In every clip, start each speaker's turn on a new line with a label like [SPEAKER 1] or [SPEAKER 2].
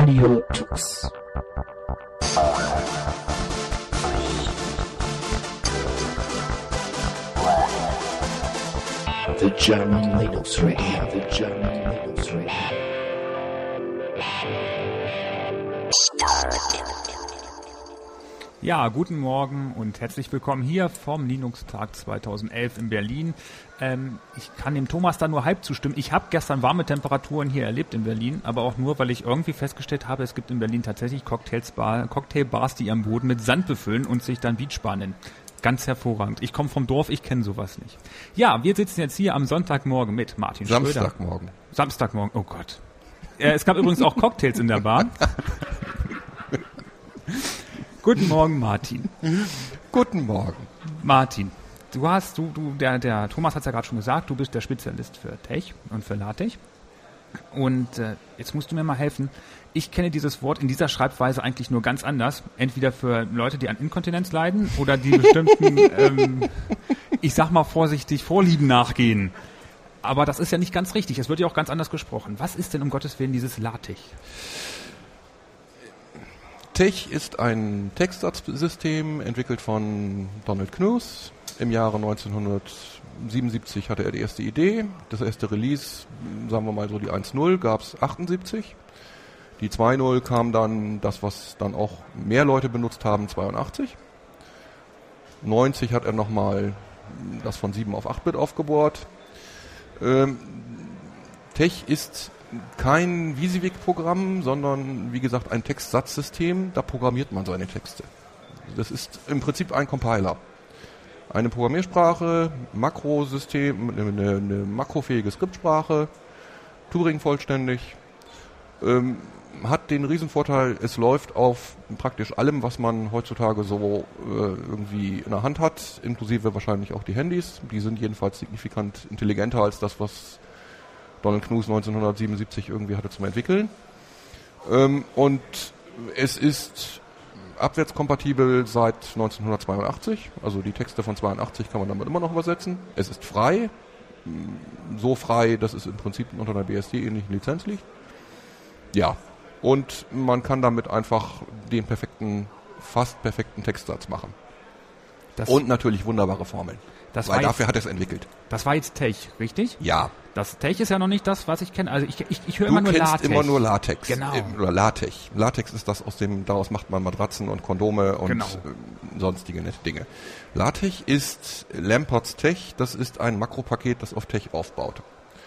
[SPEAKER 1] Radio Tux. The German Linux Radio. The German Linux Radio.
[SPEAKER 2] Ja, guten Morgen und herzlich willkommen hier vom Linux-Tag 2011 in Berlin. Ich kann dem Thomas da nur halb zustimmen. Ich habe gestern warme Temperaturen hier erlebt in Berlin, aber auch nur, weil ich irgendwie festgestellt habe, es gibt in Berlin tatsächlich Cocktailbars, die ihren Boden mit Sand befüllen und sich dann Beachbar nennen. Ganz hervorragend. Ich komme vom Dorf, ich kenne sowas nicht. Ja, wir sitzen jetzt hier am Sonntagmorgen mit Martin Schröder. Samstagmorgen, oh Gott. Es gab übrigens auch Cocktails in der Bar. Guten Morgen, Martin.
[SPEAKER 3] Guten Morgen.
[SPEAKER 2] Martin, der Thomas hat es ja gerade schon gesagt, du bist der Spezialist für Tech und für LaTeX. Und jetzt musst du mir mal helfen. Ich kenne dieses Wort in dieser Schreibweise eigentlich nur ganz anders. Entweder für Leute, die an Inkontinenz leiden oder die bestimmten, ich sag mal vorsichtig, Vorlieben nachgehen. Aber das ist ja nicht ganz richtig. Es wird ja auch ganz anders gesprochen. Was ist denn um Gottes Willen dieses LaTeX?
[SPEAKER 3] Tech ist ein Textsatzsystem, entwickelt von Donald Knuth. Im Jahre 1977 hatte er die erste Idee. Das erste Release, sagen wir mal so die 1.0, gab es 78. Die 2.0 kam dann, das was dann auch mehr Leute benutzt haben, 82. 90 hat er nochmal das von 7 auf 8-Bit aufgebohrt. Tech ist kein WYSIWYG-Programm, sondern wie gesagt ein Textsatzsystem, da programmiert man seine Texte. Das ist im Prinzip ein Compiler. Eine Programmiersprache, Makrosystem, eine makrofähige Skriptsprache, Turing vollständig, hat den Riesenvorteil, es läuft auf praktisch allem, was man heutzutage so irgendwie in der Hand hat, inklusive wahrscheinlich auch die Handys. Die sind jedenfalls signifikant intelligenter als das, was Donald Knuth 1977 irgendwie hatte zum Entwickeln. Und es ist abwärtskompatibel seit 1982. Also die Texte von 82 kann man damit immer noch übersetzen. Es ist frei. So frei, dass es im Prinzip unter einer BSD-ähnlichen Lizenz liegt. Ja. Und man kann damit einfach den fast perfekten Textsatz machen. Und natürlich wunderbare Formeln. Weil dafür hat er es entwickelt.
[SPEAKER 2] Das war jetzt Tech, richtig?
[SPEAKER 3] Ja.
[SPEAKER 2] Das Tech ist ja noch nicht das, was ich kenne. Also ich höre immer nur LaTeX.
[SPEAKER 3] Du kennst immer nur LaTeX.
[SPEAKER 2] Genau.
[SPEAKER 3] Oder LaTeX. LaTeX ist das, daraus macht man Matratzen und Kondome und sonstige nette Dinge. LaTeX ist Lampert's Tech. Das ist ein Makropaket, das auf Tech aufbaut.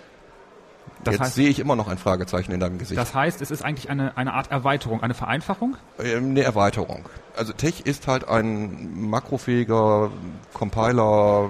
[SPEAKER 3] Jetzt sehe ich immer noch ein Fragezeichen in deinem Gesicht.
[SPEAKER 2] Das heißt, es ist eigentlich eine Art Erweiterung, eine Vereinfachung?
[SPEAKER 3] Eine Erweiterung. Also Tech ist halt ein makrofähiger Compiler,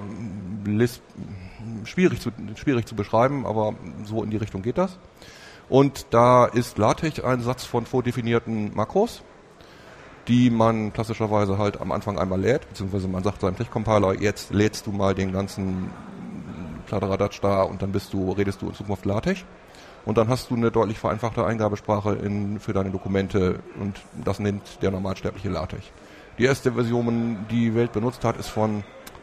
[SPEAKER 3] schwierig zu beschreiben, aber so in die Richtung geht das. Und da ist LaTeX ein Satz von vordefinierten Makros, die man klassischerweise halt am Anfang einmal lädt, beziehungsweise man sagt seinem Tech-Compiler, jetzt lädst du mal den ganzen Kladderadatsch da und dann redest du in Zukunft LaTeX. Und dann hast du eine deutlich vereinfachte Eingabesprache für deine Dokumente und das nennt der normalsterbliche LaTeX. Die erste Version, die die Welt benutzt hat, ist von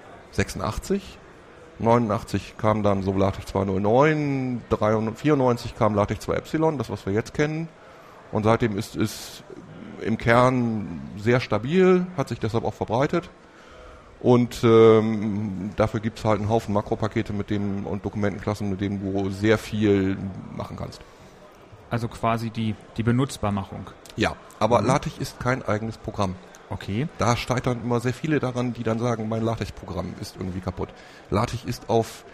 [SPEAKER 3] 86. 89 kam dann so LaTeX 2.09, 94 kam LaTeX 2 Epsilon, das was wir jetzt kennen. Und seitdem ist es im Kern sehr stabil, hat sich deshalb auch verbreitet. Und dafür gibt es halt einen Haufen Makropakete und Dokumentenklassen, mit denen du sehr viel machen kannst.
[SPEAKER 2] Also quasi die Benutzbarmachung.
[SPEAKER 3] Ja, aber LaTeX ist kein eigenes Programm.
[SPEAKER 2] Okay.
[SPEAKER 3] Da scheitern immer sehr viele daran, die dann sagen, mein LaTeX-Programm ist irgendwie kaputt. LaTeX ist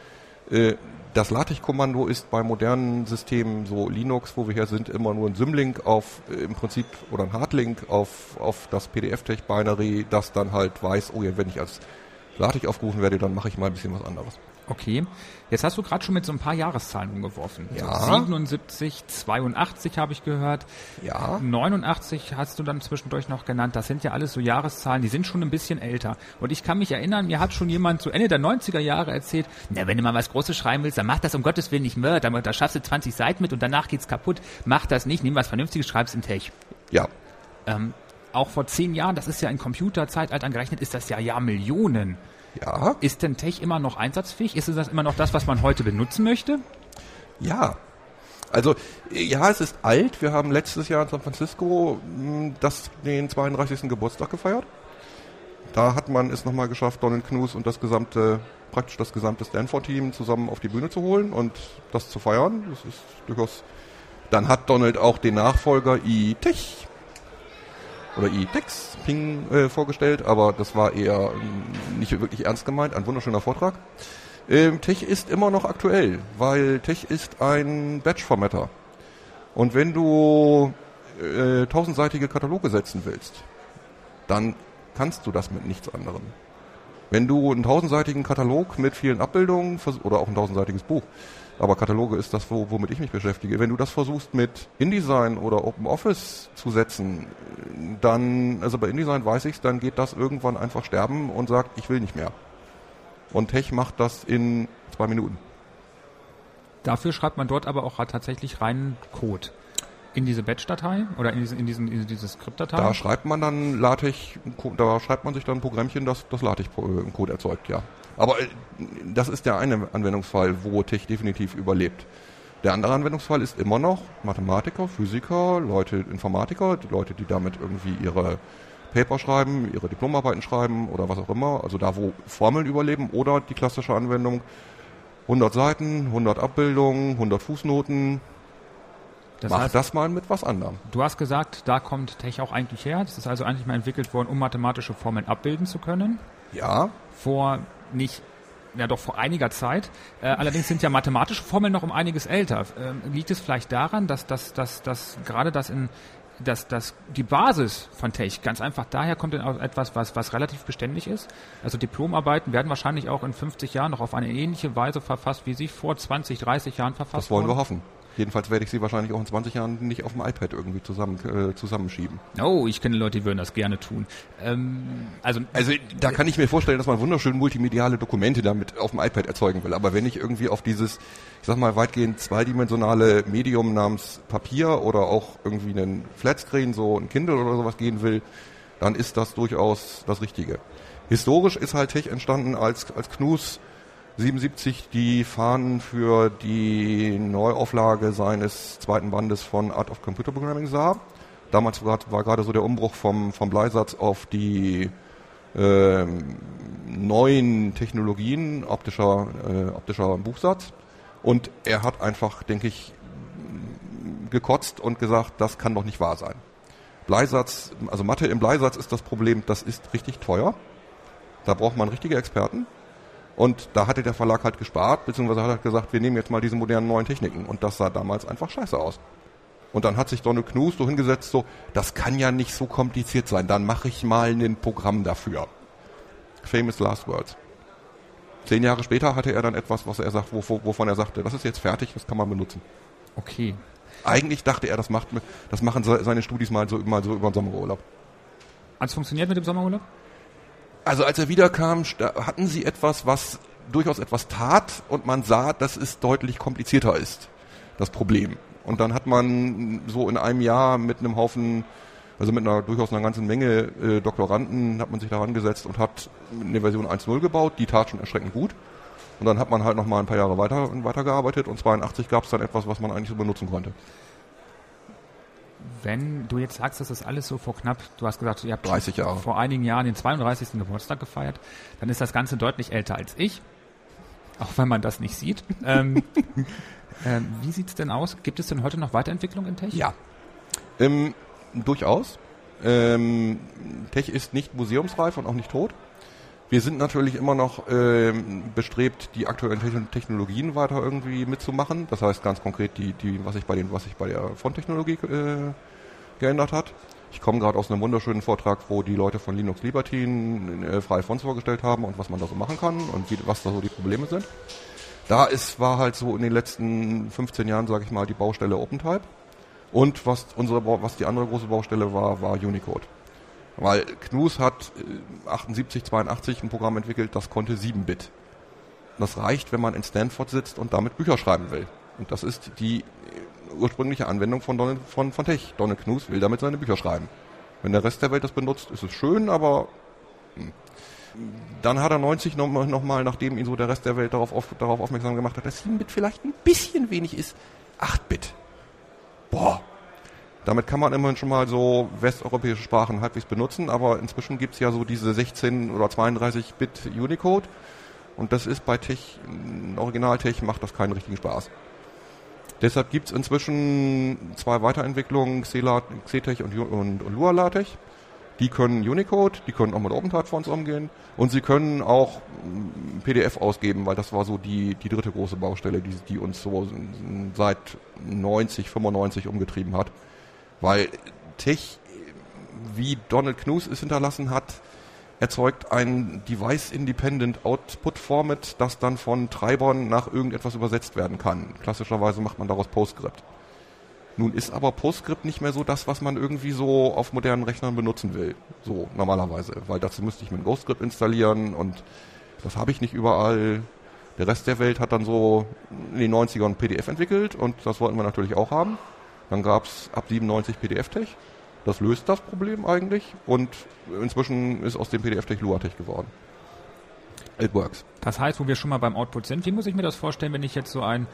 [SPEAKER 3] das LaTeX-Kommando ist bei modernen Systemen, so Linux, wo wir hier sind, immer nur ein Symlink im Prinzip oder ein Hardlink auf das PDF-Tech-Binary, das dann halt weiß, oh ja, wenn ich als LaTeX aufgerufen werde, dann mache ich mal ein bisschen was anderes.
[SPEAKER 2] Okay. Jetzt hast du gerade schon mit so ein paar Jahreszahlen umgeworfen.
[SPEAKER 3] Ja.
[SPEAKER 2] So 77, 82 habe ich gehört.
[SPEAKER 3] Ja.
[SPEAKER 2] 89 hast du dann zwischendurch noch genannt. Das sind ja alles so Jahreszahlen, die sind schon ein bisschen älter. Und ich kann mich erinnern, mir hat schon jemand zu Ende der 90er Jahre erzählt, wenn du mal was Großes schreiben willst, dann mach das um Gottes Willen nicht mehr. Da schaffst du 20 Seiten mit und danach geht's kaputt. Mach das nicht, nimm was Vernünftiges, schreib's in Tech.
[SPEAKER 3] Ja.
[SPEAKER 2] Auch vor 10 Jahren, das ist ja in Computerzeitaltern gerechnet, ist das ja Millionen.
[SPEAKER 3] Ja.
[SPEAKER 2] Ist denn Tech immer noch einsatzfähig? Ist das immer noch das, was man heute benutzen möchte?
[SPEAKER 3] Ja. Also, ja, es ist alt. Wir haben letztes Jahr in San Francisco den 32. Geburtstag gefeiert. Da hat man es nochmal geschafft, Donald Knuth und das gesamte Stanford-Team zusammen auf die Bühne zu holen und das zu feiern. Das ist durchaus. Dann hat Donald auch den Nachfolger eTech oder eTex vorgestellt, aber das war eher nicht wirklich ernst gemeint. Ein wunderschöner Vortrag. Tech ist immer noch aktuell, weil Tech ist ein Batch-Formatter. Und wenn du 1000-seitige Kataloge setzen willst, dann kannst du das mit nichts anderem. Wenn du einen 1000-seitigen Katalog mit vielen Abbildungen oder auch ein 1000-seitiges Buch, aber Kataloge ist das, womit ich mich beschäftige. Wenn du das versuchst mit InDesign oder OpenOffice zu setzen, dann, also bei InDesign weiß ich's, dann geht das irgendwann einfach sterben und sagt, ich will nicht mehr. Und Tech macht das in 2 Minuten.
[SPEAKER 2] Dafür schreibt man dort aber auch tatsächlich reinen Code in diese Batch-Datei oder in diese Skriptdatei?
[SPEAKER 3] Da schreibt man dann LaTeX, da schreibt man sich dann ein Programmchen, das LaTeX-Code erzeugt, ja. Aber das ist der eine Anwendungsfall, wo Tech definitiv überlebt. Der andere Anwendungsfall ist immer noch Mathematiker, Physiker, Informatiker, Leute, die damit irgendwie ihre Paper schreiben, ihre Diplomarbeiten schreiben oder was auch immer. Also da, wo Formeln überleben oder die klassische Anwendung 100 Seiten, 100 Abbildungen, 100 Fußnoten. Das heißt, das mal mit was anderem.
[SPEAKER 2] Du hast gesagt, da kommt Tech auch eigentlich her. Das ist also eigentlich mal entwickelt worden, um mathematische Formeln abbilden zu können.
[SPEAKER 3] Ja.
[SPEAKER 2] Vor einiger Zeit. Allerdings sind ja mathematische Formeln noch um einiges älter. Liegt es vielleicht daran, dass die Basis von Tech ganz einfach daher kommt aus etwas, was relativ beständig ist? Also Diplomarbeiten werden wahrscheinlich auch in 50 Jahren noch auf eine ähnliche Weise verfasst, wie sie vor 20, 30 Jahren verfasst wurden.
[SPEAKER 3] Das wollen wir hoffen. Jedenfalls werde ich sie wahrscheinlich auch in 20 Jahren nicht auf dem iPad irgendwie zusammenschieben.
[SPEAKER 2] Oh, ich kenne Leute, die würden das gerne tun. Also
[SPEAKER 3] da kann ich mir vorstellen, dass man wunderschön multimediale Dokumente damit auf dem iPad erzeugen will. Aber wenn ich irgendwie auf dieses, ich sag mal, weitgehend zweidimensionale Medium namens Papier oder auch irgendwie einen Flatscreen, so ein Kindle oder sowas gehen will, dann ist das durchaus das Richtige. Historisch ist halt Tech entstanden, als Knuth 77 die Fahnen für die Neuauflage seines zweiten Bandes von Art of Computer Programming sah. Damals war gerade so der Umbruch vom Bleisatz auf die neuen Technologien, optischer Buchsatz. Und er hat einfach, denke ich, gekotzt und gesagt, das kann doch nicht wahr sein. Bleisatz, also Mathe im Bleisatz ist das Problem, das ist richtig teuer. Da braucht man richtige Experten. Und da hatte der Verlag halt gespart, beziehungsweise hat gesagt, wir nehmen jetzt mal diese modernen neuen Techniken. Und das sah damals einfach scheiße aus. Und dann hat sich Donald Knuth so hingesetzt, so, das kann ja nicht so kompliziert sein, dann mache ich mal ein Programm dafür. Famous Last Words. 10 Jahre später hatte er dann etwas, was er sagt, wovon er sagte, das ist jetzt fertig, das kann man benutzen.
[SPEAKER 2] Okay.
[SPEAKER 3] Eigentlich dachte er, das machen seine Studis mal so über den Sommerurlaub.
[SPEAKER 2] Hat es funktioniert mit dem Sommerurlaub?
[SPEAKER 3] Also als er wiederkam, hatten sie etwas, was durchaus etwas tat und man sah, dass es deutlich komplizierter ist, das Problem. Und dann hat man so in einem Jahr mit einem Haufen, also mit durchaus einer ganzen Menge Doktoranden, hat man sich daran gesetzt und hat eine Version 1.0 gebaut, die tat schon erschreckend gut. Und dann hat man halt nochmal ein paar Jahre weitergearbeitet und 82 gab es dann etwas, was man eigentlich so benutzen konnte.
[SPEAKER 2] Wenn du jetzt sagst, dass das alles so du hast gesagt, ihr habt
[SPEAKER 3] 30 Jahre.
[SPEAKER 2] Vor einigen Jahren den 32. Geburtstag gefeiert, dann ist das Ganze deutlich älter als ich, auch wenn man das nicht sieht. Wie sieht's denn aus? Gibt es denn heute noch Weiterentwicklung in Tech?
[SPEAKER 3] Ja, durchaus. Tech ist nicht museumsreif und auch nicht tot. Wir sind natürlich immer noch bestrebt, die aktuellen Technologien weiter irgendwie mitzumachen. Das heißt ganz konkret was sich bei der Fronttechnologie geändert hat. Ich komme gerade aus einem wunderschönen Vortrag, wo die Leute von Linux Libertine freie Fonts vorgestellt haben und was man da so machen kann und was da so die Probleme sind. War halt so in den letzten 15 Jahren, sage ich mal, die Baustelle OpenType. Und was die andere große Baustelle war Unicode. Weil Knuth hat 82 ein Programm entwickelt, das konnte 7-Bit. Das reicht, wenn man in Stanford sitzt und damit Bücher schreiben will. Und das ist die ursprüngliche Anwendung von Tech. Donald Knuth will damit seine Bücher schreiben. Wenn der Rest der Welt das benutzt, ist es schön, aber dann hat er 90 nochmal, nachdem ihn so der Rest der Welt darauf aufmerksam gemacht hat, dass 7-Bit vielleicht ein bisschen wenig ist, 8-Bit. Boah. Damit kann man immerhin schon mal so westeuropäische Sprachen halbwegs benutzen, aber inzwischen gibt's ja so diese 16 oder 32-Bit Unicode und das ist bei Tech, Original-Tech macht das keinen richtigen Spaß. Deshalb gibt's inzwischen 2 Weiterentwicklungen, Xetech und Lua-LaTeX. Die können Unicode, die können auch mit OpenType-Fonts umgehen und sie können auch PDF ausgeben, weil das war so die dritte große Baustelle, die uns so seit 95 umgetrieben hat. Weil Tech, wie Donald Knuth es hinterlassen hat, erzeugt ein Device-Independent Output-Format, das dann von Treibern nach irgendetwas übersetzt werden kann. Klassischerweise macht man daraus PostScript. Nun ist aber PostScript nicht mehr so das, was man irgendwie so auf modernen Rechnern benutzen will. So normalerweise. Weil dazu müsste ich mir ein GoScript installieren und das habe ich nicht überall. Der Rest der Welt hat dann so in den 90ern PDF entwickelt und das wollten wir natürlich auch haben. Dann gab es ab 97 PDF-Tech. Das löst das Problem eigentlich und inzwischen ist aus dem PDF-Tech LuaTeX geworden. It works.
[SPEAKER 2] Das heißt, wo wir schon mal beim Output sind, wie muss ich mir das vorstellen, wenn ich jetzt so ein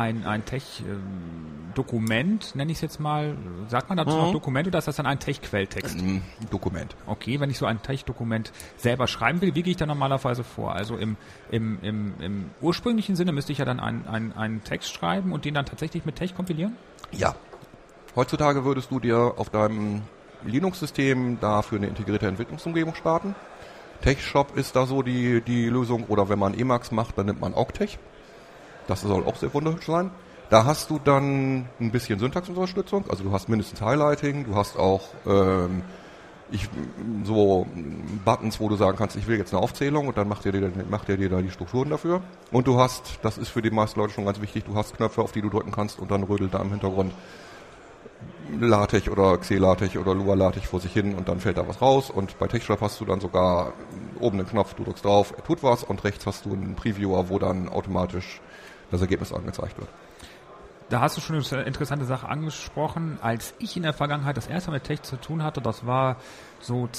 [SPEAKER 2] Tech-Dokument, nenne ich es jetzt mal, sagt man dazu noch Dokument oder ist das dann ein Tech-Quelltext?
[SPEAKER 3] Dokument.
[SPEAKER 2] Okay, wenn ich so ein Tech-Dokument selber schreiben will, wie gehe ich da normalerweise vor? Also im ursprünglichen Sinne müsste ich ja dann einen Text schreiben und den dann tatsächlich mit Tech kompilieren?
[SPEAKER 3] Ja. Heutzutage würdest du dir auf deinem Linux-System dafür eine integrierte Entwicklungsumgebung starten. TechShop ist da so die Lösung. Oder wenn man Emacs macht, dann nimmt man Octech. Das soll auch sehr wunderhübsch sein. Da hast du dann ein bisschen Syntaxunterstützung. Also du hast mindestens Highlighting. Du hast auch so Buttons, wo du sagen kannst, ich will jetzt eine Aufzählung und dann macht er dir da die Strukturen dafür. Und du hast, das ist für die meisten Leute schon ganz wichtig, du hast Knöpfe, auf die du drücken kannst und dann rödelt da im Hintergrund LaTeX oder Xelatex oder Lua-LaTeX vor sich hin und dann fällt da was raus und bei TechShop hast du dann sogar oben einen Knopf, du drückst drauf, er tut was und rechts hast du einen Previewer, wo dann automatisch das Ergebnis angezeigt wird.
[SPEAKER 2] Da hast du schon eine interessante Sache angesprochen. Als ich in der Vergangenheit das erste Mal mit Tech zu tun hatte, das war so um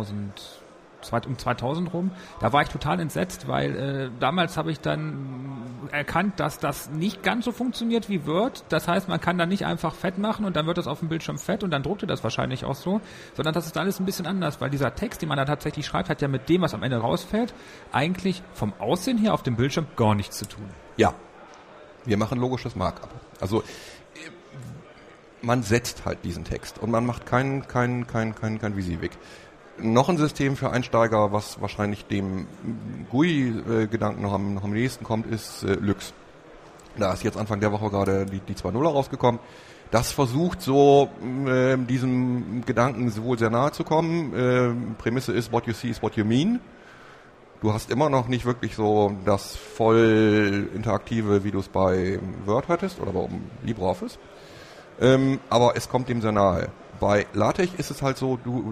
[SPEAKER 2] 2000 rum, da war ich total entsetzt, weil damals habe ich dann erkannt, dass das nicht ganz so funktioniert wie Word. Das heißt, man kann da nicht einfach fett machen und dann wird das auf dem Bildschirm fett und dann druckte das wahrscheinlich auch so, sondern das ist alles ein bisschen anders, weil dieser Text, den man da tatsächlich schreibt, hat ja mit dem, was am Ende rausfällt, eigentlich vom Aussehen her auf dem Bildschirm gar nichts zu tun.
[SPEAKER 3] Ja, wir machen logisches Markup. Also man setzt halt diesen Text und man macht kein Visivik. Noch ein System für Einsteiger, was wahrscheinlich dem GUI-Gedanken noch am nächsten kommt, ist Lux. Da ist jetzt Anfang der Woche gerade die 2.0 rausgekommen. Das versucht so diesem Gedanken wohl sehr nahe zu kommen. Prämisse ist, what you see is what you mean. Du hast immer noch nicht wirklich so das voll interaktive, wie du es bei Word hattest oder bei LibreOffice. Aber es kommt dem sehr nahe. Bei LaTeX ist es halt so, du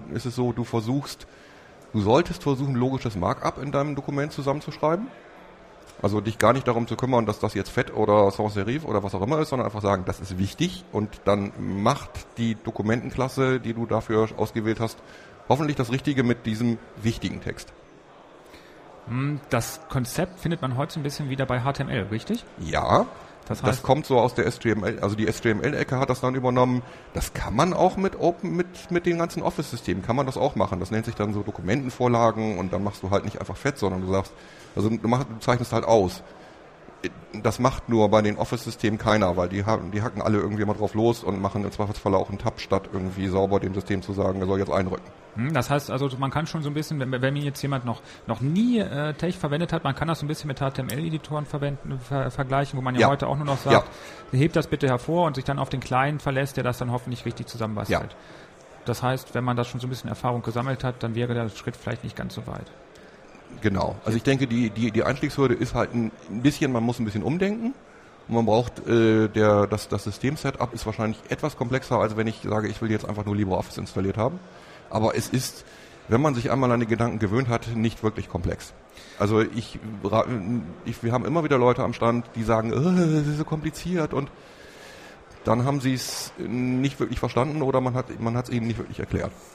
[SPEAKER 3] solltest versuchen, logisches Markup in deinem Dokument zusammenzuschreiben. Also dich gar nicht darum zu kümmern, dass das jetzt Fett oder Sans Serif oder was auch immer ist, sondern einfach sagen, das ist wichtig und dann macht die Dokumentenklasse, die du dafür ausgewählt hast, hoffentlich das Richtige mit diesem wichtigen Text.
[SPEAKER 2] Das Konzept findet man heute so ein bisschen wieder bei HTML, richtig?
[SPEAKER 3] Ja.
[SPEAKER 2] Das heißt,
[SPEAKER 3] das kommt so aus der STML, also die STML-Ecke hat das dann übernommen. Das kann man auch mit den ganzen Office-Systemen kann man das auch machen. Das nennt sich dann so Dokumentenvorlagen und dann machst du halt nicht einfach fett, sondern du sagst, also du zeichnest halt aus. Das macht nur bei den Office-Systemen keiner, weil die hacken alle irgendwie mal drauf los und machen im Zweifelsfall auch einen Tab, statt irgendwie sauber dem System zu sagen, er soll jetzt einrücken.
[SPEAKER 2] Das heißt also, man kann schon so ein bisschen, wenn mir jetzt jemand noch nie Tech verwendet hat, man kann das so ein bisschen mit HTML-Editoren vergleichen, wo man ja heute auch nur noch sagt, hebt das bitte hervor und sich dann auf den Client verlässt, der das dann hoffentlich richtig zusammenbastelt. Ja. Das heißt, wenn man das schon so ein bisschen Erfahrung gesammelt hat, dann wäre der Schritt vielleicht nicht ganz so weit.
[SPEAKER 3] Genau. Also ich denke, die Einstiegshürde ist halt ein bisschen, man muss ein bisschen umdenken und man braucht, das System-Setup ist wahrscheinlich etwas komplexer, als wenn ich sage, ich will jetzt einfach nur LibreOffice installiert haben. Aber es ist, wenn man sich einmal an die Gedanken gewöhnt hat, nicht wirklich komplex. Also wir haben immer wieder Leute am Stand, die sagen, das ist so kompliziert und dann haben sie es nicht wirklich verstanden oder man hat es ihnen nicht wirklich erklärt.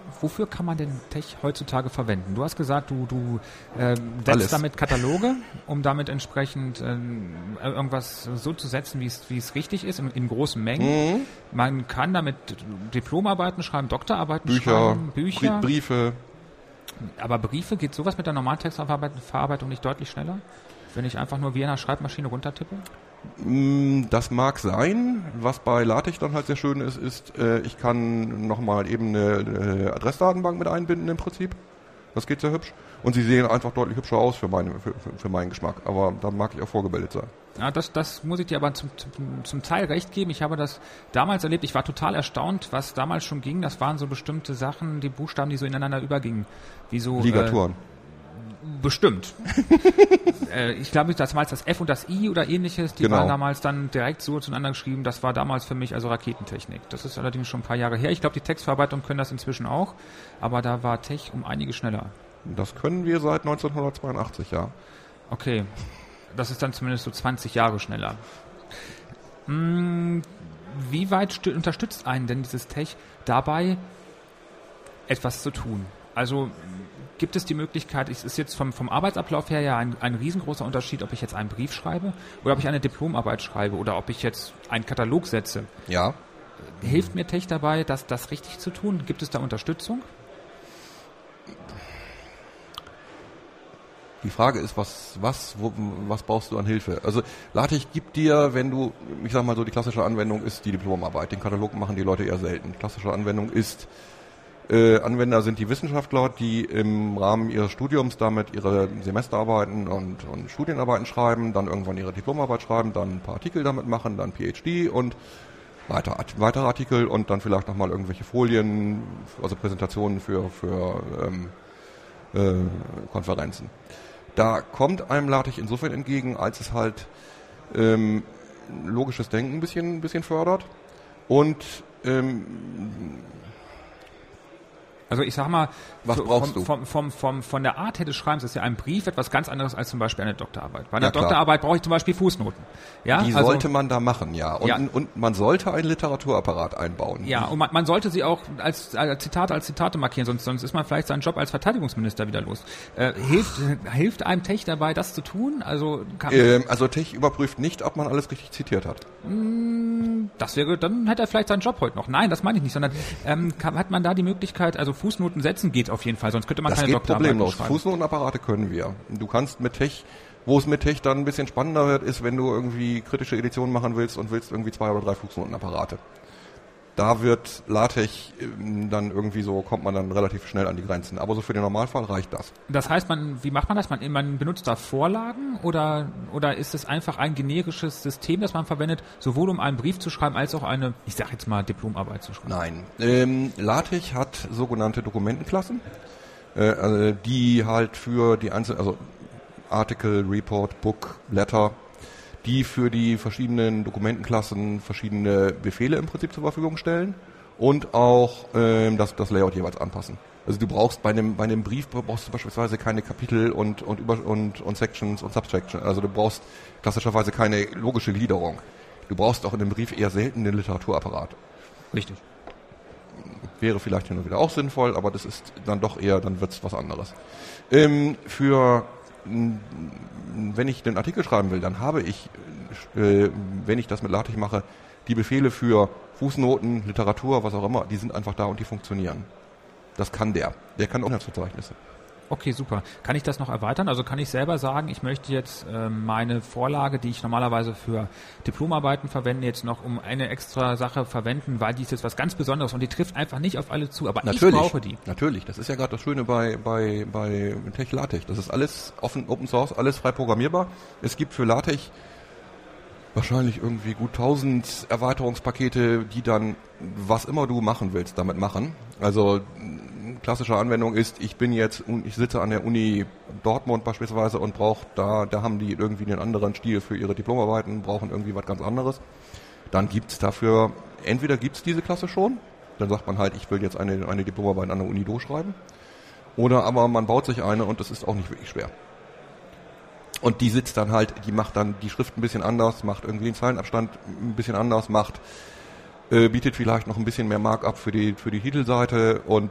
[SPEAKER 2] Wofür kann man den Tech heutzutage verwenden? Du hast gesagt, du
[SPEAKER 3] Alles.
[SPEAKER 2] setzt damit Kataloge, um damit entsprechend irgendwas so zu setzen, wie es richtig ist, in großen Mengen. Man kann damit Diplomarbeiten schreiben, Doktorarbeiten schreiben, Bücher.
[SPEAKER 3] Briefe.
[SPEAKER 2] Aber Briefe, geht sowas mit der normalen Textverarbeitung nicht deutlich schneller? Wenn ich einfach nur wie in einer Schreibmaschine runtertippe?
[SPEAKER 3] Das mag sein. Was bei LaTeX dann halt sehr schön ist, ich kann nochmal eben eine Adressdatenbank mit einbinden im Prinzip. Das geht sehr hübsch. Und sie sehen einfach deutlich hübscher aus für meinen Geschmack. Aber da mag ich auch vorgebildet sein.
[SPEAKER 2] Ja, das muss ich dir aber zum Teil recht geben. Ich habe das damals erlebt. Ich war total erstaunt, was damals schon ging. Das waren so bestimmte Sachen, die Buchstaben, die so ineinander übergingen. Wie so
[SPEAKER 3] Ligaturen.
[SPEAKER 2] Bestimmt. Ich glaube, damals das F und das I oder ähnliches, die waren damals dann direkt so zueinander geschrieben. Das war damals für mich also Raketentechnik. Das ist allerdings schon ein paar Jahre her. Ich glaube, die Textverarbeitung können das inzwischen auch, aber da war Tech um einige schneller.
[SPEAKER 3] Das können wir seit 1982, ja.
[SPEAKER 2] Okay, das ist dann zumindest so 20 Jahre schneller. Wie weit unterstützt einen denn dieses Tech dabei, etwas zu tun? Also gibt es die Möglichkeit, es ist jetzt vom Arbeitsablauf her ja ein riesengroßer Unterschied, ob ich jetzt einen Brief schreibe oder ob ich eine Diplomarbeit schreibe oder ob ich jetzt einen Katalog setze.
[SPEAKER 3] Ja.
[SPEAKER 2] Hilft mir Tech dabei, das richtig zu tun? Gibt es da Unterstützung?
[SPEAKER 3] Die Frage ist, was brauchst du an Hilfe? Also LaTeX gibt dir, wenn du, ich sag mal so, die klassische Anwendung ist die Diplomarbeit. Den Katalog machen die Leute eher selten. Klassische Anwendung ist Anwender sind die Wissenschaftler, die im Rahmen ihres Studiums damit ihre Semesterarbeiten und Studienarbeiten schreiben, dann irgendwann ihre Diplomarbeit schreiben, dann ein paar Artikel damit machen, dann PhD und weitere Artikel und dann vielleicht nochmal irgendwelche Folien, also Präsentationen für Konferenzen. Da kommt einem LaTeX insofern entgegen, als es halt logisches Denken ein bisschen fördert und
[SPEAKER 2] also ich sag mal,
[SPEAKER 3] was brauchst du?
[SPEAKER 2] Von der Art her des Schreibens ist ja ein Brief etwas ganz anderes als zum Beispiel eine Doktorarbeit. Bei einer
[SPEAKER 3] Ja, klar.
[SPEAKER 2] Doktorarbeit brauche ich zum Beispiel Fußnoten. Ja,
[SPEAKER 3] Die sollte man da machen, ja. Und man sollte einen Literaturapparat einbauen.
[SPEAKER 2] Ja, und man sollte sie auch als Zitate markieren, sonst ist man vielleicht seinen Job als Verteidigungsminister wieder los. Hilft einem Tech dabei, das zu tun? Also
[SPEAKER 3] Tech überprüft nicht, ob man alles richtig zitiert hat.
[SPEAKER 2] Das wäre, dann hätte er vielleicht seinen Job heute noch. Nein, das meine ich nicht, sondern hat man da die Möglichkeit, also Fußnoten setzen geht auf jeden Fall, sonst könnte man keine Doktorarbeit schreiben. Das geht problemlos.
[SPEAKER 3] Fußnotenapparate können wir. Du kannst mit Tech, wo es mit Tech dann ein bisschen spannender wird, ist, wenn du irgendwie kritische Editionen machen willst und willst irgendwie 2 oder 3 Fußnotenapparate. Da wird LaTeX dann irgendwie so, kommt man dann relativ schnell an die Grenzen. Aber so für den Normalfall reicht das.
[SPEAKER 2] Das heißt, wie macht man das? Man benutzt da Vorlagen oder ist es einfach ein generisches System, das man verwendet, sowohl um einen Brief zu schreiben, als auch eine, ich sag jetzt mal, Diplomarbeit zu schreiben?
[SPEAKER 3] Nein. LaTeX hat sogenannte Dokumentenklassen, die halt für die einzelnen, also Article, Report, Book, Letter, die für die verschiedenen Dokumentenklassen verschiedene Befehle im Prinzip zur Verfügung stellen und auch das Layout jeweils anpassen. Also du brauchst bei einem Brief brauchst du beispielsweise keine Kapitel und Sections und Subsections. Also du brauchst klassischerweise keine logische Gliederung. Du brauchst auch in einem Brief eher selten den Literaturapparat.
[SPEAKER 2] Richtig.
[SPEAKER 3] Wäre vielleicht hin und wieder auch sinnvoll, aber das ist dann doch eher, dann wird's was anderes. Wenn ich den Artikel schreiben will, dann habe ich, wenn ich das mit LaTeX mache, die Befehle für Fußnoten, Literatur, was auch immer, die sind einfach da und die funktionieren. Das kann der. Der kann auch Inhaltsverzeichnisse.
[SPEAKER 2] Okay, super. Kann ich das noch erweitern? Also kann ich selber sagen, ich möchte jetzt meine Vorlage, die ich normalerweise für Diplomarbeiten verwende, jetzt noch um eine extra Sache verwenden, weil die ist jetzt was ganz Besonderes und die trifft einfach nicht auf alle zu. Aber natürlich, ich brauche die.
[SPEAKER 3] Natürlich, das ist ja gerade das Schöne bei Tech LaTeX. Das ist alles Open Source, alles frei programmierbar. Es gibt für LaTeX wahrscheinlich irgendwie gut 1000 Erweiterungspakete, die dann was immer du machen willst, damit machen. Also klassische Anwendung ist, ich sitze an der Uni Dortmund beispielsweise und da haben die irgendwie einen anderen Stil für ihre Diplomarbeiten, brauchen irgendwie was ganz anderes. Dann gibt's dafür, entweder gibt's diese Klasse schon, dann sagt man halt, ich will jetzt eine Diplomarbeit an der Uni Do schreiben, oder aber man baut sich eine und das ist auch nicht wirklich schwer. Und die sitzt dann halt, die macht dann die Schrift ein bisschen anders, macht irgendwie den Zeilenabstand ein bisschen anders, bietet vielleicht noch ein bisschen mehr Markup für die Titelseite und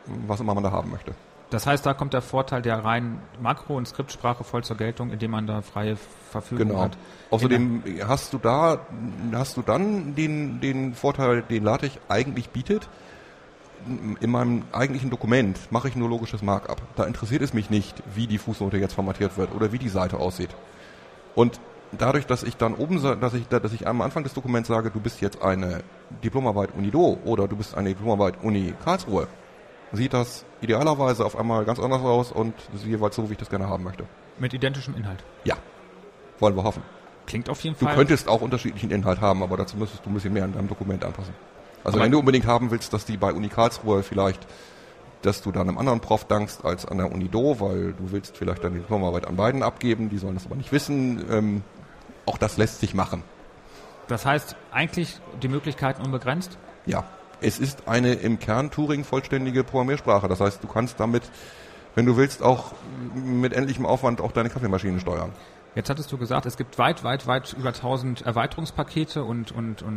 [SPEAKER 3] was immer man da haben möchte.
[SPEAKER 2] Das heißt, da kommt der Vorteil der reinen Makro- und Skriptsprache voll zur Geltung, indem man da freie Verfügung hat.
[SPEAKER 3] Außerdem hast du dann den Vorteil, den LaTeX eigentlich bietet. In meinem eigentlichen Dokument mache ich nur logisches Markup. Da interessiert es mich nicht, wie die Fußnote jetzt formatiert wird oder wie die Seite aussieht. Und dadurch, dass ich dann dass ich am Anfang des Dokuments sage, du bist jetzt eine Diplomarbeit Uni Do oder du bist eine Diplomarbeit Uni Karlsruhe, sieht das idealerweise auf einmal ganz anders aus und jeweils so, wie ich das gerne haben möchte.
[SPEAKER 2] Mit identischem Inhalt?
[SPEAKER 3] Ja, wollen wir hoffen.
[SPEAKER 2] Klingt auf jeden
[SPEAKER 3] Du
[SPEAKER 2] Fall.
[SPEAKER 3] könntest auch unterschiedlichen Inhalt haben, aber dazu müsstest du ein bisschen mehr an deinem Dokument anpassen. Also wenn du unbedingt haben willst, dass die bei Uni Karlsruhe vielleicht, dass du dann einem anderen Prof dankst als an der Uni Do, weil du willst vielleicht dann die Diplomarbeit an beiden abgeben, die sollen das aber nicht wissen. Auch das lässt sich machen.
[SPEAKER 2] Das heißt, eigentlich die Möglichkeiten unbegrenzt?
[SPEAKER 3] Ja, es ist eine im Kern Turing vollständige Programmiersprache. Das heißt, du kannst damit, wenn du willst, auch mit endlichem Aufwand auch deine Kaffeemaschine steuern.
[SPEAKER 2] Jetzt hattest du gesagt, es gibt weit über 1000 Erweiterungspakete und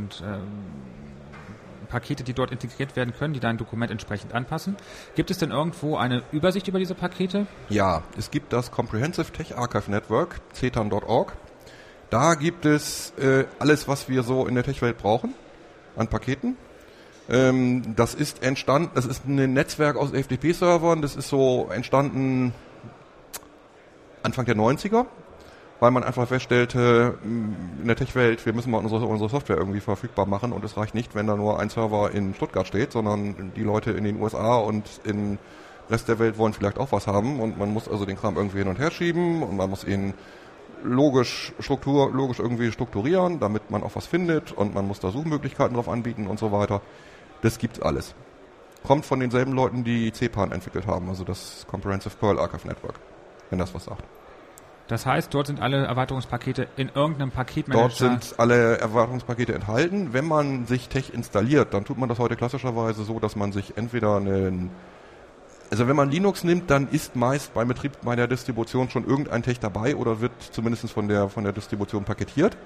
[SPEAKER 2] Pakete, die dort integriert werden können, die dein Dokument entsprechend anpassen. Gibt es denn irgendwo eine Übersicht über diese Pakete?
[SPEAKER 3] Ja, es gibt das Comprehensive Tech Archive Network, cetan.org. Da gibt es alles, was wir so in der Tech-Welt brauchen an Paketen. Das ist ein Netzwerk aus FTP-Servern, das ist so entstanden Anfang der 90er, weil man einfach feststellte, in der Tech-Welt, wir müssen mal unsere Software irgendwie verfügbar machen und es reicht nicht, wenn da nur ein Server in Stuttgart steht, sondern die Leute in den USA und im Rest der Welt wollen vielleicht auch was haben und man muss also den Kram irgendwie hin und her schieben und man muss ihn logisch irgendwie strukturieren, damit man auch was findet und man muss da Suchmöglichkeiten drauf anbieten und so weiter. Das gibt's alles. Kommt von denselben Leuten, die CPAN entwickelt haben, also das Comprehensive Perl Archive Network, wenn das was sagt.
[SPEAKER 2] Das heißt, dort sind alle Erweiterungspakete in irgendeinem Paketmanager?
[SPEAKER 3] Dort sind alle Erweiterungspakete enthalten. Wenn man sich Tech installiert, dann tut man das heute klassischerweise so, dass man sich entweder also wenn man Linux nimmt, dann ist meist beim Betrieb der Distribution schon irgendein Tech dabei oder wird zumindest von der Distribution paketiert.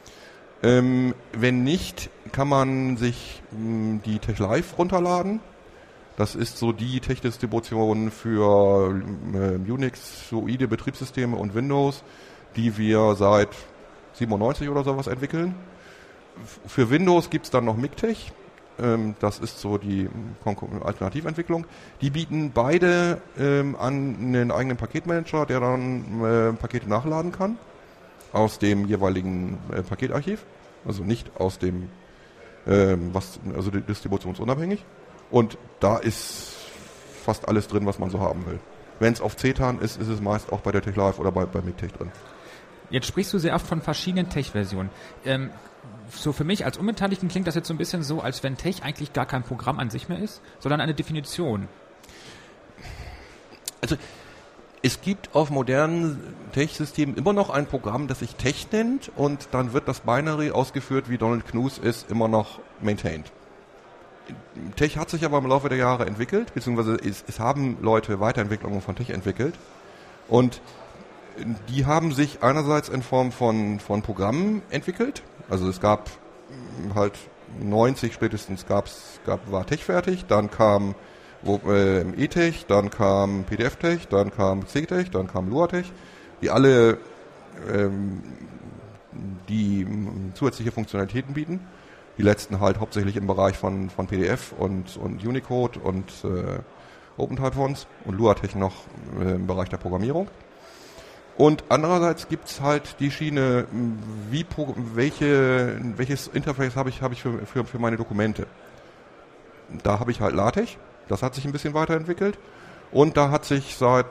[SPEAKER 3] Wenn nicht, kann man sich die Tech Live runterladen. Das ist so die Tech-Distribution für Unix-oide Betriebssysteme und Windows, die wir seit 97 oder sowas entwickeln. Für Windows gibt es dann noch MIGTech. Das ist so die Alternativentwicklung. Die bieten beide an einen eigenen Paketmanager, der dann Pakete nachladen kann aus dem jeweiligen Paketarchiv, also nicht aus dem also distributionsunabhängig. Und da ist fast alles drin, was man so haben will. Wenn es auf CTAN ist, ist es meist auch bei der Tech Live oder bei MIGTech drin.
[SPEAKER 2] Jetzt sprichst du sehr oft von verschiedenen Tech-Versionen. So für mich als Unbeteiligten klingt das jetzt so ein bisschen so, als wenn Tech eigentlich gar kein Programm an sich mehr ist, sondern eine Definition.
[SPEAKER 3] Also es gibt auf modernen Tech-Systemen immer noch ein Programm, das sich Tech nennt und dann wird das Binary ausgeführt, wie Donald Knuth ist, immer noch maintained. Tech hat sich aber im Laufe der Jahre entwickelt, beziehungsweise es haben Leute Weiterentwicklungen von Tech entwickelt und die haben sich einerseits in Form von Programmen entwickelt, also es gab halt 90 spätestens war Tech fertig, dann kam eTech, dann kam PDF-Tech, dann kam CTech, dann kam LuaTech, die alle die zusätzliche Funktionalitäten bieten. Die letzten halt hauptsächlich im Bereich von PDF und Unicode und OpenType-Fonts und LuaTech noch im Bereich der Programmierung. Und andererseits gibt's halt die Schiene, welches Interface habe ich für meine Dokumente. Da habe ich halt LaTeX, das hat sich ein bisschen weiterentwickelt und da hat sich seit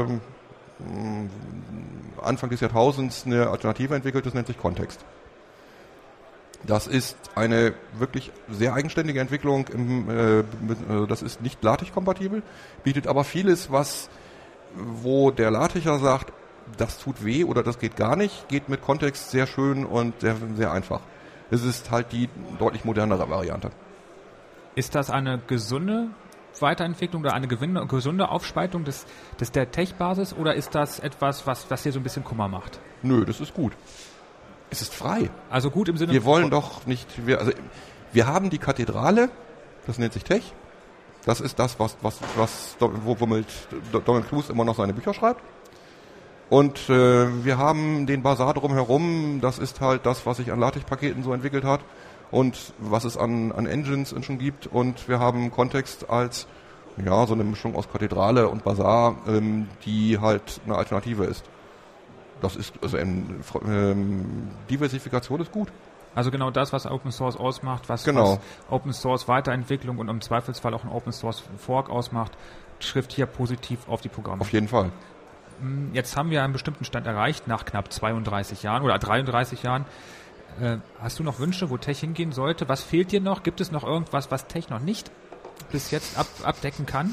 [SPEAKER 3] Anfang des Jahrtausends eine Alternative entwickelt, das nennt sich Kontext. Das ist eine wirklich sehr eigenständige Entwicklung, das ist nicht LaTeX-kompatibel, bietet aber vieles, wo der LaTeXer sagt, das tut weh oder das geht gar nicht, geht mit Kontext sehr schön und sehr, sehr einfach. Es ist halt die deutlich modernere Variante.
[SPEAKER 2] Ist das eine gesunde Weiterentwicklung oder eine gesunde Aufspaltung der Tech-Basis oder ist das etwas, was dir so ein bisschen Kummer macht?
[SPEAKER 3] Nö, das ist gut. Es ist frei.
[SPEAKER 2] Also gut im Sinne
[SPEAKER 3] wir wollen doch nicht, wir haben die Kathedrale, das nennt sich Tech, Das ist das, womit Donald Knuth immer noch seine Bücher schreibt. Und wir haben den Basar drumherum, das ist halt das, was sich an LaTeX-Paketen so entwickelt hat und was es an Engines schon gibt. Und wir haben Kontext als so eine Mischung aus Kathedrale und Basar, die halt eine Alternative ist. Das ist, also Diversifikation ist gut.
[SPEAKER 2] Also genau das, was Open Source ausmacht, was Open Source Weiterentwicklung und im Zweifelsfall auch ein Open Source Fork ausmacht, trifft hier positiv auf die Programme.
[SPEAKER 3] Auf jeden Fall.
[SPEAKER 2] Jetzt haben wir einen bestimmten Stand erreicht nach knapp 32 Jahren oder 33 Jahren. Hast du noch Wünsche, wo Tech hingehen sollte? Was fehlt dir noch? Gibt es noch irgendwas, was Tech noch nicht bis jetzt abdecken kann?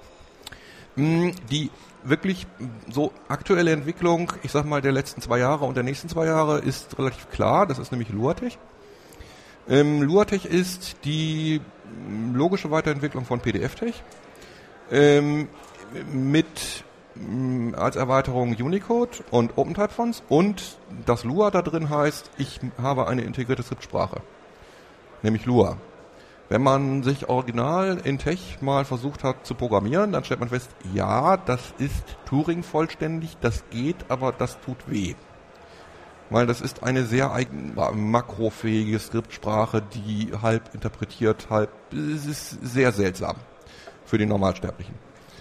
[SPEAKER 3] Die wirklich so aktuelle Entwicklung, ich sag mal, der letzten 2 Jahre und der nächsten 2 Jahre ist relativ klar. Das ist nämlich LuaTeX. LuaTeX ist die logische Weiterentwicklung von PDF-Tech mit als Erweiterung Unicode und OpenType-Fonts und das Lua da drin heißt, ich habe eine integrierte Skriptsprache, nämlich Lua. Wenn man sich original in Tech mal versucht hat zu programmieren, dann stellt man fest, ja, das ist Turing vollständig, das geht, aber das tut weh. Weil das ist eine sehr makrofähige Skriptsprache, die halb interpretiert, es ist sehr seltsam für den Normalsterblichen.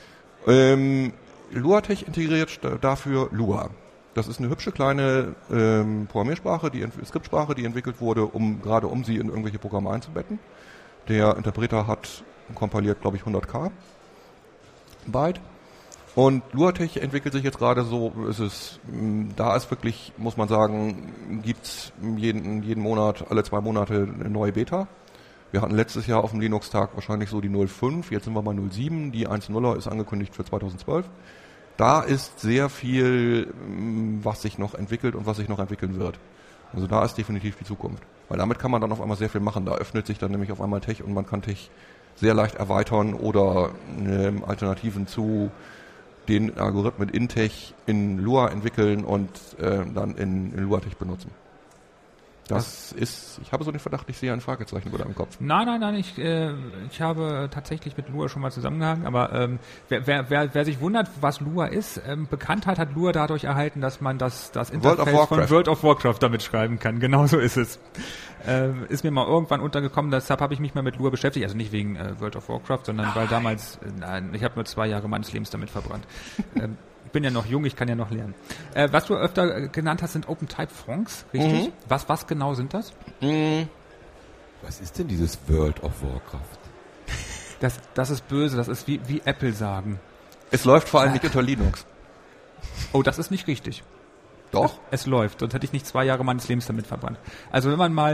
[SPEAKER 3] LuaTeX integriert dafür Lua. Das ist eine hübsche kleine Programmiersprache, Skriptsprache, die entwickelt wurde, um sie in irgendwelche Programme einzubetten. Der Interpreter hat kompiliert, glaube ich, 100k Byte. Und LuaTeX entwickelt sich jetzt gerade so, da ist wirklich, muss man sagen, gibt's jeden Monat, alle 2 Monate eine neue Beta. Wir hatten letztes Jahr auf dem Linux-Tag wahrscheinlich so die 0.5, jetzt sind wir bei 0.7, die 1.0er ist angekündigt für 2012. Da ist sehr viel, was sich noch entwickelt und was sich noch entwickeln wird. Also da ist definitiv die Zukunft. Weil damit kann man dann auf einmal sehr viel machen. Da öffnet sich dann nämlich auf einmal Tech und man kann Tech sehr leicht erweitern oder Alternativen zu den Algorithmen in Tech in Lua entwickeln und dann in LuaTeX benutzen. Ich habe so den Verdacht, ich sehe ein Fragezeichen über deinem Kopf.
[SPEAKER 2] Nein, ich habe tatsächlich mit Lua schon mal zusammengehangen, aber wer sich wundert, was Lua ist, Bekanntheit hat Lua dadurch erhalten, dass man das Interface von World of Warcraft damit schreiben kann. Genau so ist es. Ist mir mal irgendwann untergekommen, deshalb habe ich mich mal mit Lua beschäftigt, also nicht wegen World of Warcraft, sondern weil damals, ich habe nur 2 Jahre meines Lebens damit verbrannt. Ich bin ja noch jung, ich kann ja noch lernen. Was du öfter genannt hast, sind OpenType-Fonts, richtig? Mhm. Was genau sind das?
[SPEAKER 4] Was ist denn dieses World of Warcraft?
[SPEAKER 2] Das ist böse, das ist wie Apple sagen.
[SPEAKER 3] Es läuft vor allem nicht unter Linux.
[SPEAKER 2] Oh, das ist nicht richtig.
[SPEAKER 3] Doch?
[SPEAKER 2] Es läuft, sonst hätte ich nicht 2 Jahre meines Lebens damit verbrannt. Also wenn man mal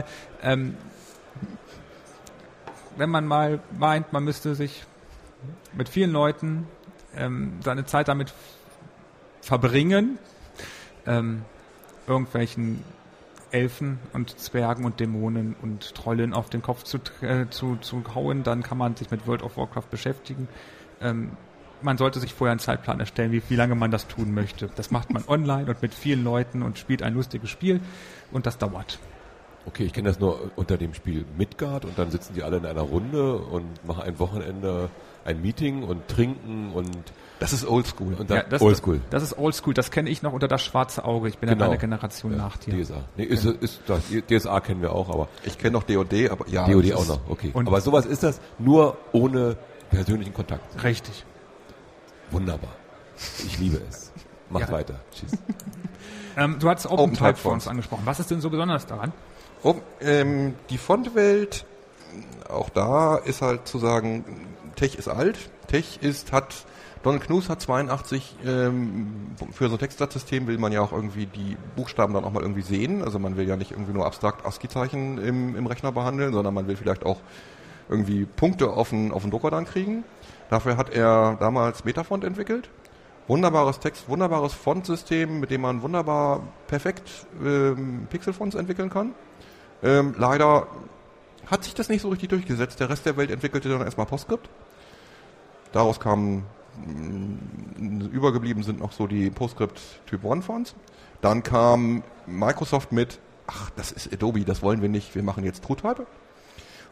[SPEAKER 2] meint, man müsste sich mit vielen Leuten seine Zeit damit verbringen, irgendwelchen Elfen und Zwergen und Dämonen und Trollen auf den Kopf zu hauen, dann kann man sich mit World of Warcraft beschäftigen. Man sollte sich vorher einen Zeitplan erstellen, wie lange man das tun möchte. Das macht man online und mit vielen Leuten und spielt ein lustiges Spiel und das dauert.
[SPEAKER 4] Okay, ich kenne das nur unter dem Spiel Midgard und dann sitzen die alle in einer Runde und machen ein Wochenende ein Meeting und trinken und
[SPEAKER 3] das ist Oldschool.
[SPEAKER 4] Und dann Oldschool.
[SPEAKER 2] Das ist Oldschool. Das kenne ich noch unter das schwarze Auge. Ich bin ja eine Generation nach dir.
[SPEAKER 4] DSA. Nee, DSA kennen wir auch, aber
[SPEAKER 3] ich kenne noch DOD, aber ja.
[SPEAKER 4] DOD auch noch, okay. Aber sowas ist das, nur ohne persönlichen Kontakt.
[SPEAKER 2] Richtig.
[SPEAKER 4] Wunderbar. Ich liebe es. Macht weiter. Tschüss.
[SPEAKER 2] Du hast OpenType-Fonts angesprochen. Was ist denn so besonders daran?
[SPEAKER 3] Die Fontwelt, auch da ist halt zu sagen, Tech ist alt. Donald Knuth hat 82, für so ein Textsatzsystem will man ja auch irgendwie die Buchstaben dann auch mal irgendwie sehen. Also man will ja nicht irgendwie nur abstrakt ASCII-Zeichen im Rechner behandeln, sondern man will vielleicht auch irgendwie Punkte auf den Drucker dann kriegen. Dafür hat er damals Metafont entwickelt. Wunderbares wunderbares Fontsystem, mit dem man wunderbar perfekt Pixelfonts entwickeln kann. Leider hat sich das nicht so richtig durchgesetzt. Der Rest der Welt entwickelte dann erstmal PostScript. Daraus übergeblieben sind noch so die PostScript Typ 1 Fonts. Dann kam Microsoft mit, das ist Adobe, das wollen wir nicht, wir machen jetzt TrueType.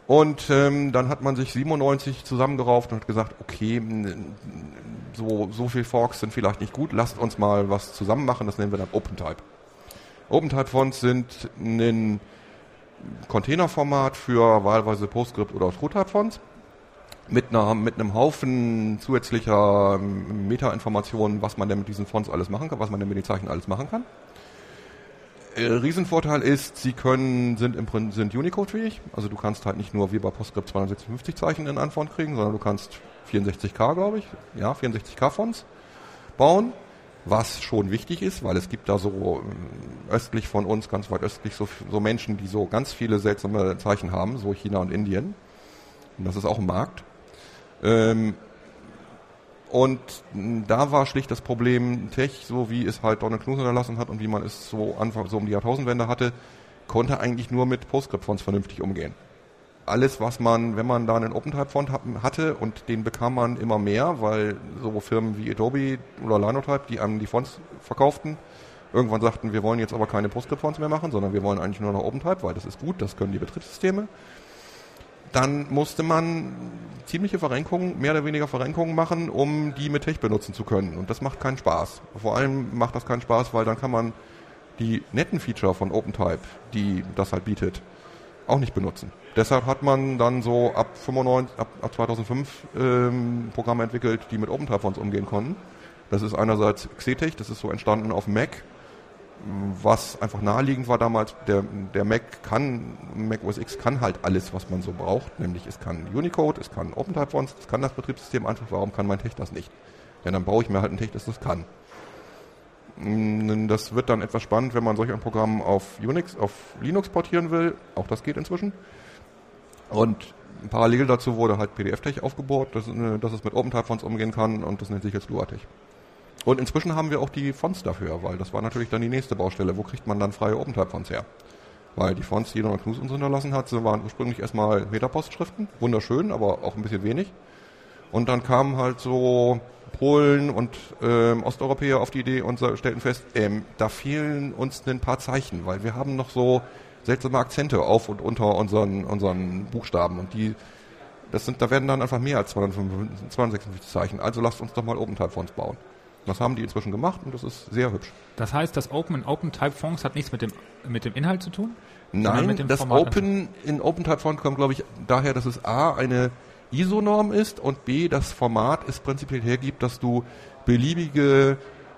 [SPEAKER 3] Und dann hat man sich 97 zusammengerauft und hat gesagt, okay, so viel Forks sind vielleicht nicht gut, lasst uns mal was zusammen machen, das nennen wir dann OpenType. OpenType-Fonts sind ein Containerformat für wahlweise PostScript oder TrueType-Fonts mit einem Haufen zusätzlicher Meta-Informationen, was man denn mit diesen Fonts alles machen kann, was man denn mit den Zeichen alles machen kann. Riesenvorteil ist, sind Unicode-fähig. Also du kannst halt nicht nur wie bei PostScript 256 Zeichen in Antwort kriegen, sondern du kannst 64K, glaube ich, 64K-Fonts bauen, was schon wichtig ist, weil es gibt da so östlich von uns, ganz weit östlich, so Menschen, die so ganz viele seltsame Zeichen haben, so China und Indien. Und das ist auch ein Markt. Und da war schlicht das Problem, Tech, so wie es halt Donald Knuth hinterlassen hat und wie man es so um die Jahrtausendwende hatte, konnte eigentlich nur mit PostScript-Fonts vernünftig umgehen. Alles, was man, wenn man da einen OpenType-Font hatte, und den bekam man immer mehr, weil so Firmen wie Adobe oder Linotype, die einem die Fonts verkauften, irgendwann sagten, wir wollen jetzt aber keine PostScript-Fonts mehr machen, sondern wir wollen eigentlich nur noch OpenType, weil das ist gut, das können die Betriebssysteme. Dann musste man ziemliche Verrenkungen, mehr oder weniger Verrenkungen machen, um die mit Tech benutzen zu können. Und das macht keinen Spaß. Vor allem macht das keinen Spaß, weil dann kann man die netten Feature von OpenType, die das halt bietet, auch nicht benutzen. Deshalb hat man dann so ab 2005 Programme entwickelt, die mit OpenType-Fonts umgehen konnten. Das ist einerseits Xetech, das ist so entstanden auf Mac, was einfach naheliegend war damals. Der Mac OS X kann halt alles, was man so braucht, nämlich es kann Unicode, es kann OpenType-Fonts, es kann das Betriebssystem einfach. Warum kann mein Tech das nicht? Ja, dann brauche ich mir halt ein Tech, das das kann. Das wird dann etwas spannend, wenn man solch ein Programm auf Linux portieren will. Auch das geht inzwischen. Und parallel dazu wurde halt PDF-Tech aufgebaut, dass es mit OpenType-Fonts umgehen kann, und das nennt sich jetzt LuaTech. Und inzwischen haben wir auch die Fonts dafür, weil das war natürlich dann die nächste Baustelle. Wo kriegt man dann freie OpenType-Fonts her? Weil die Fonts, die Donald Knuth uns hinterlassen hat, waren ursprünglich erstmal Metapost-Schriften. Wunderschön, aber auch ein bisschen wenig. Und dann kamen halt so Polen und Osteuropäer auf die Idee und stellten fest, da fehlen uns ein paar Zeichen, weil wir haben noch so seltsame Akzente auf und unter unseren Buchstaben. Und da werden dann einfach mehr als 256 Zeichen. Also lasst uns doch mal OpenType-Fonts bauen. Das haben die inzwischen gemacht und das ist sehr hübsch.
[SPEAKER 2] Das heißt, das Open in OpenType-Fonts hat nichts mit dem Inhalt zu tun?
[SPEAKER 3] Nein,
[SPEAKER 2] mit dem
[SPEAKER 3] das
[SPEAKER 2] Format
[SPEAKER 3] Open in OpenType-Font kommt, glaube ich, daher, dass es A, eine ISO-Norm ist, und B, das Format es prinzipiell hergibt, dass du beliebige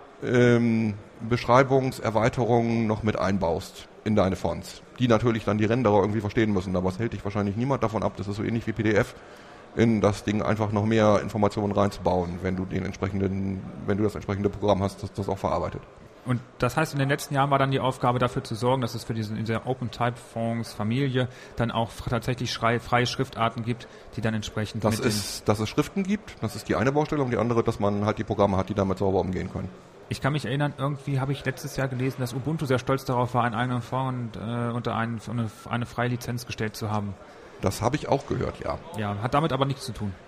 [SPEAKER 3] Beschreibungserweiterungen noch mit einbaust in deine Fonts, die natürlich dann die Renderer irgendwie verstehen müssen. Aber es hält dich wahrscheinlich niemand davon ab, das ist so ähnlich wie PDF, in das Ding einfach noch mehr Informationen reinzubauen, wenn du das entsprechende Programm hast, das das auch verarbeitet.
[SPEAKER 2] Und das heißt, in den letzten Jahren war dann die Aufgabe, dafür zu sorgen, dass es für in dieser OpenType-Fonts-Familie dann auch tatsächlich freie Schriftarten gibt, die dann entsprechend
[SPEAKER 3] dass es Schriften gibt, das ist die eine Baustelle, und die andere, dass man halt die Programme hat, die damit sauber umgehen können.
[SPEAKER 2] Ich kann mich erinnern, irgendwie habe ich letztes Jahr gelesen, dass Ubuntu sehr stolz darauf war, einen eigenen Font unter eine freie Lizenz gestellt zu haben.
[SPEAKER 3] Das habe ich auch gehört, ja.
[SPEAKER 2] Ja, hat damit aber nichts zu tun.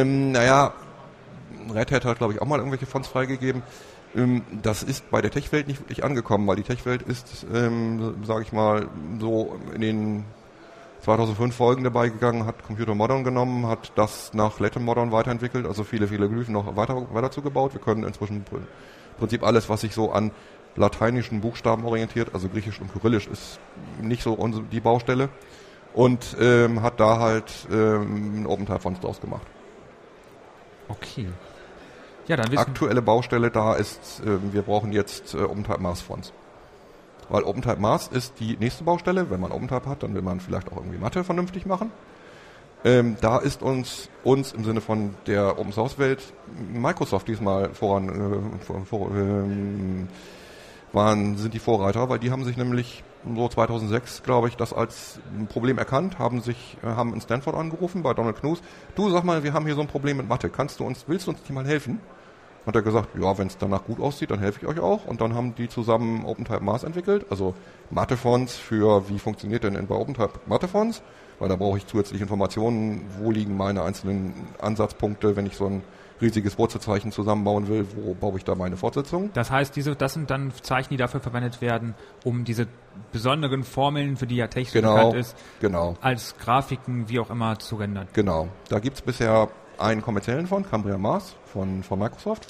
[SPEAKER 3] Red Hat hat, glaube ich, auch mal irgendwelche Fonts freigegeben. Das ist bei der Tech-Welt nicht wirklich angekommen, weil die Tech-Welt ist, sage ich mal, so in den 2005 Folgen dabei gegangen, hat Computer Modern genommen, hat das nach Latin Modern weiterentwickelt, also viele Glyphen noch weiter zugebaut. Wir können inzwischen im Prinzip alles, was sich so an lateinischen Buchstaben orientiert, also Griechisch und Kyrillisch ist nicht so die Baustelle, und hat da halt einen OpenType-Fonts draus gemacht.
[SPEAKER 2] Okay. Ja, dann
[SPEAKER 3] aktuelle Baustelle da ist, wir brauchen jetzt OpenType-Mars-Fonts. Weil OpenType-Mars ist die nächste Baustelle. Wenn man OpenType hat, dann will man vielleicht auch irgendwie Mathe vernünftig machen. Da ist uns im Sinne von der Open-Source-Welt Microsoft diesmal sind die Vorreiter, weil die haben sich nämlich so 2006, glaube ich, das als ein Problem erkannt, haben in Stanford angerufen bei Donald Knuth. Du, sag mal, wir haben hier so ein Problem mit Mathe. Willst du uns nicht mal helfen? Hat er gesagt, ja, wenn es danach gut aussieht, dann helfe ich euch auch. Und dann haben die zusammen OpenType Mars entwickelt, also Mathefonts für, wie funktioniert denn bei OpenType Mathefonts? Weil da brauche ich zusätzliche Informationen, wo liegen meine einzelnen Ansatzpunkte, wenn ich so ein riesiges Wurzelzeichen zusammenbauen will, wo baue ich da meine Fortsetzung?
[SPEAKER 2] Das heißt, das sind dann Zeichen, die dafür verwendet werden, um diese besonderen Formeln, für die ja Tech bekannt ist, als Grafiken, wie auch immer, zu rendern.
[SPEAKER 3] Genau. Da gibt es bisher einen kommerziellen Font, Cambria Mars von Microsoft.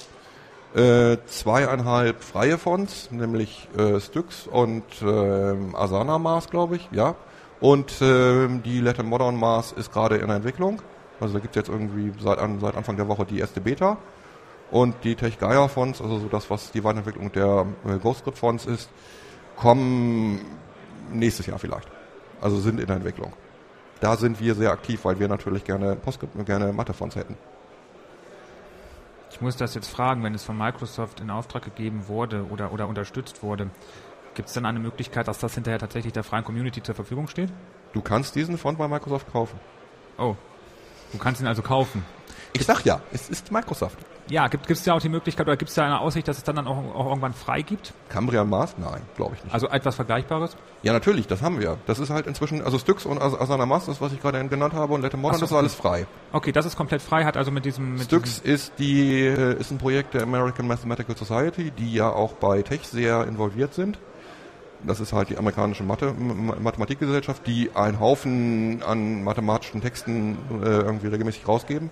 [SPEAKER 3] 2,5 freie Fonts, nämlich Styx und Asana Mars, glaube ich, ja. Und die Letter Modern Mars ist gerade in der Entwicklung. Also da gibt es jetzt irgendwie seit Anfang der Woche die erste Beta. Und die TechGaia Fonts, also so das, was die Weiterentwicklung der GhostScript Fonts ist, kommen nächstes Jahr vielleicht. Also sind in der Entwicklung. Da sind wir sehr aktiv, weil wir natürlich gerne Mathefonts hätten.
[SPEAKER 2] Ich muss das jetzt fragen, wenn es von Microsoft in Auftrag gegeben wurde oder unterstützt wurde, gibt es dann eine Möglichkeit, dass das hinterher tatsächlich der freien Community zur Verfügung steht?
[SPEAKER 3] Du kannst diesen Font bei Microsoft kaufen.
[SPEAKER 2] Oh, du kannst ihn also kaufen.
[SPEAKER 3] Ich sag ja, es ist Microsoft.
[SPEAKER 2] Ja, gibt es ja auch die Möglichkeit, oder gibt es da eine Aussicht, dass es dann auch irgendwann frei gibt?
[SPEAKER 3] Cambria Mars? Nein, glaube ich nicht.
[SPEAKER 2] Also etwas Vergleichbares?
[SPEAKER 3] Ja, natürlich, das haben wir. Das ist halt inzwischen, also Styx und Asana Mars, das was ich gerade genannt habe, und Letter Modern, das ist alles frei.
[SPEAKER 2] Okay, das ist komplett frei, hat also mit diesem...
[SPEAKER 3] Styx ist ein Projekt der American Mathematical Society, die ja auch bei Tech sehr involviert sind. Das ist halt die amerikanische Mathematikgesellschaft, die einen Haufen an mathematischen Texten irgendwie regelmäßig rausgeben.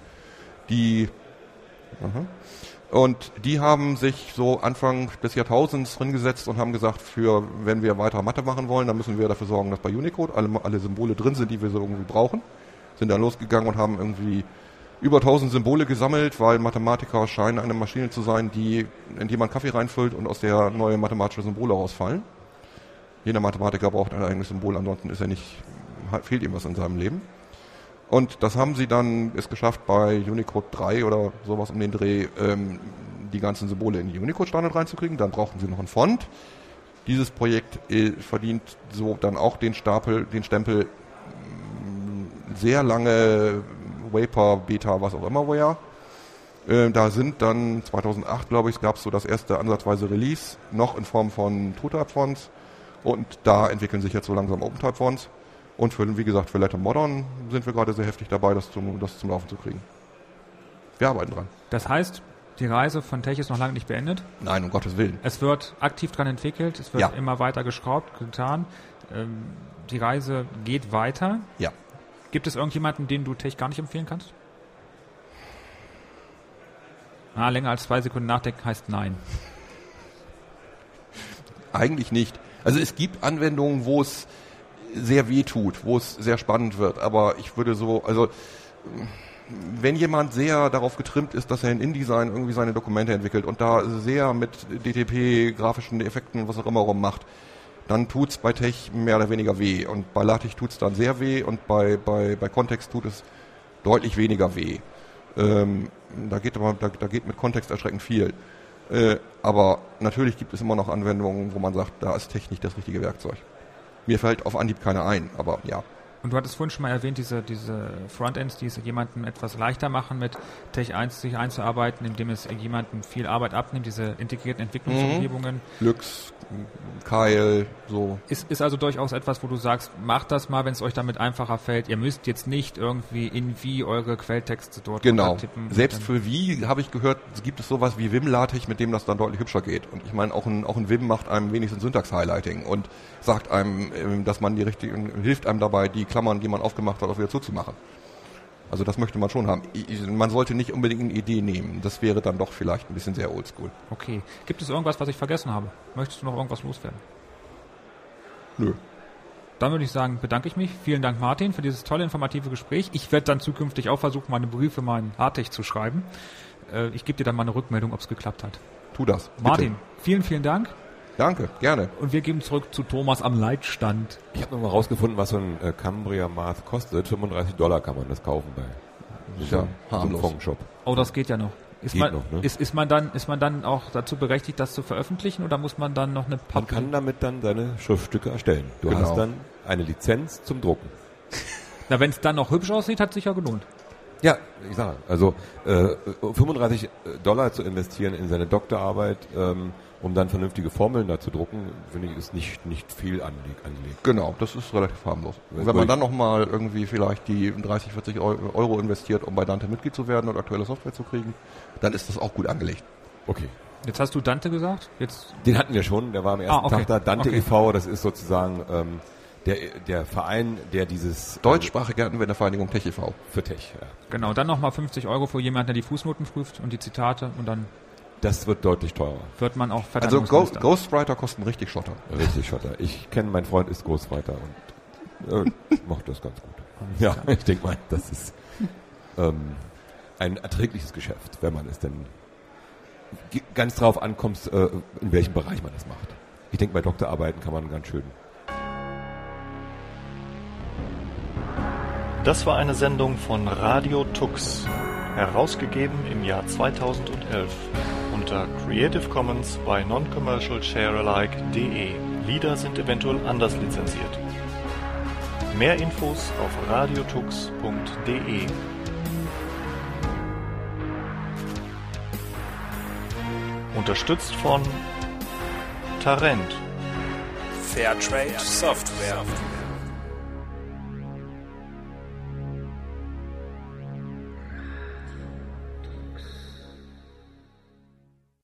[SPEAKER 3] Und die haben sich so Anfang des Jahrtausends hingesetzt und haben gesagt, wenn wir weiter Mathe machen wollen, dann müssen wir dafür sorgen, dass bei Unicode alle Symbole drin sind, die wir so irgendwie brauchen. Sind dann losgegangen und haben irgendwie über 1000 Symbole gesammelt, weil Mathematiker scheinen eine Maschine zu sein, in die man Kaffee reinfüllt und aus der neue mathematische Symbole rausfallen. Jeder Mathematiker braucht ein eigenes Symbol, ansonsten fehlt ihm was in seinem Leben. Und das haben sie dann es geschafft, bei Unicode 3 oder sowas um den Dreh die ganzen Symbole in die Unicode-Standard reinzukriegen. Dann brauchten sie noch einen Font. Dieses Projekt verdient so dann auch den Stempel sehr lange Vapor, Beta, was auch immer woher. Da sind dann 2008, glaube ich, gab es so das erste ansatzweise Release, noch in Form von TrueType-Fonts. Und da entwickeln sich jetzt so langsam OpenType-Fonts. Und wie gesagt, für Letter Modern sind wir gerade sehr heftig dabei, das zum Laufen zu kriegen. Wir arbeiten dran.
[SPEAKER 2] Das heißt, die Reise von Tech ist noch lange nicht beendet?
[SPEAKER 3] Nein, um Gottes Willen.
[SPEAKER 2] Es wird aktiv dran entwickelt, es wird immer weiter geschraubt, getan. Die Reise geht weiter.
[SPEAKER 3] Ja.
[SPEAKER 2] Gibt es irgendjemanden, den du Tech gar nicht empfehlen kannst? Länger als 2 Sekunden nachdenken heißt nein.
[SPEAKER 3] Eigentlich nicht. Also es gibt Anwendungen, wo es sehr weh tut, wo es sehr spannend wird, aber ich würde wenn jemand sehr darauf getrimmt ist, dass er in InDesign irgendwie seine Dokumente entwickelt und da sehr mit DTP, grafischen Effekten und was auch immer rummacht, dann tut's bei Tech mehr oder weniger weh und bei LaTeX tut's dann sehr weh und bei Kontext tut es deutlich weniger weh. Da geht mit Kontext erschreckend viel. Aber natürlich gibt es immer noch Anwendungen, wo man sagt, da ist Tech nicht das richtige Werkzeug. Mir fällt auf Anhieb keine ein, aber ja.
[SPEAKER 2] Und du hattest vorhin schon mal erwähnt, diese Frontends, die es jemandem etwas leichter machen, mit Tech 1 sich einzuarbeiten, indem es jemandem viel Arbeit abnimmt, diese integrierten Entwicklungsumgebungen.
[SPEAKER 3] Lux, Kyle, so.
[SPEAKER 2] Ist also durchaus etwas, wo du sagst, macht das mal, wenn es euch damit einfacher fällt. Ihr müsst jetzt nicht irgendwie in Wie eure Quelltexte dort
[SPEAKER 3] tippen. Selbst für Wie, habe ich gehört, gibt es sowas wie Vim-LaTeX, mit dem das dann deutlich hübscher geht. Und ich meine, auch ein Vim macht einem wenigstens Syntax-Highlighting und sagt einem, dass man hilft einem dabei, die Klammern, die man aufgemacht hat, auch wieder zuzumachen. Also das möchte man schon haben. Man sollte nicht unbedingt eine Idee nehmen. Das wäre dann doch vielleicht ein bisschen sehr oldschool.
[SPEAKER 2] Okay. Gibt es irgendwas, was ich vergessen habe? Möchtest du noch irgendwas loswerden?
[SPEAKER 3] Nö.
[SPEAKER 2] Dann würde ich sagen, bedanke ich mich. Vielen Dank, Martin, für dieses tolle, informative Gespräch. Ich werde dann zukünftig auch versuchen, meine Briefe mal in LaTeX zu schreiben. Ich gebe dir dann mal eine Rückmeldung, ob es geklappt hat.
[SPEAKER 3] Tu das. Bitte.
[SPEAKER 2] Martin, vielen, vielen Dank.
[SPEAKER 3] Danke, gerne.
[SPEAKER 2] Und wir geben zurück zu Thomas am Leitstand.
[SPEAKER 4] Ich habe nochmal rausgefunden, was so ein Cambria Mars kostet. $35 kann man das kaufen bei so einem Fondshop.
[SPEAKER 2] Oh, das geht ja noch. Ist man dann auch dazu berechtigt, das zu veröffentlichen, oder muss man dann noch eine
[SPEAKER 4] Man kann damit dann seine Schriftstücke erstellen. Du hast dann eine Lizenz zum Drucken.
[SPEAKER 2] Na, wenn es dann noch hübsch aussieht, hat es sich ja gelohnt.
[SPEAKER 4] Ja, ich sage, also $35 zu investieren in seine Doktorarbeit, um dann vernünftige Formeln da zu drucken, finde ich, ist nicht viel angelegt.
[SPEAKER 3] Genau, das ist relativ harmlos. Und wenn man dann nochmal irgendwie vielleicht die 30, 40 Euro investiert, um bei Dante Mitglied zu werden und aktuelle Software zu kriegen, dann ist das auch gut angelegt.
[SPEAKER 4] Okay.
[SPEAKER 2] Jetzt hast du Dante gesagt? Jetzt
[SPEAKER 4] Den hatten wir schon, der war am ersten Tag da. Dante e.V., das ist sozusagen der Verein, der dieses...
[SPEAKER 3] Deutschsprachige Anwendervereinigung Tech e.V.
[SPEAKER 4] Für Tech, ja.
[SPEAKER 2] Genau, dann nochmal 50 Euro für jemanden, der die Fußnoten prüft und die Zitate und dann...
[SPEAKER 4] Das wird deutlich teurer.
[SPEAKER 2] Wird man auch
[SPEAKER 3] Also
[SPEAKER 2] Verteidigungsminister.
[SPEAKER 3] Ghostwriter kosten richtig Schotter.
[SPEAKER 4] Richtig Schotter. Ich kenne, mein Freund ist Ghostwriter und macht das ganz gut. Ja, ich denke mal, das ist ein erträgliches Geschäft, wenn man es denn ganz drauf ankommt, in welchem Bereich man das macht. Ich denke, bei Doktorarbeiten kann man ganz schön.
[SPEAKER 5] Das war eine Sendung von Radio Tux, herausgegeben im Jahr 2011 unter Creative Commons by Non-Commercial Sharealike.de. Lieder sind eventuell anders lizenziert. Mehr Infos auf radiotux.de. Unterstützt von Tarent.
[SPEAKER 6] Fairtrade Software.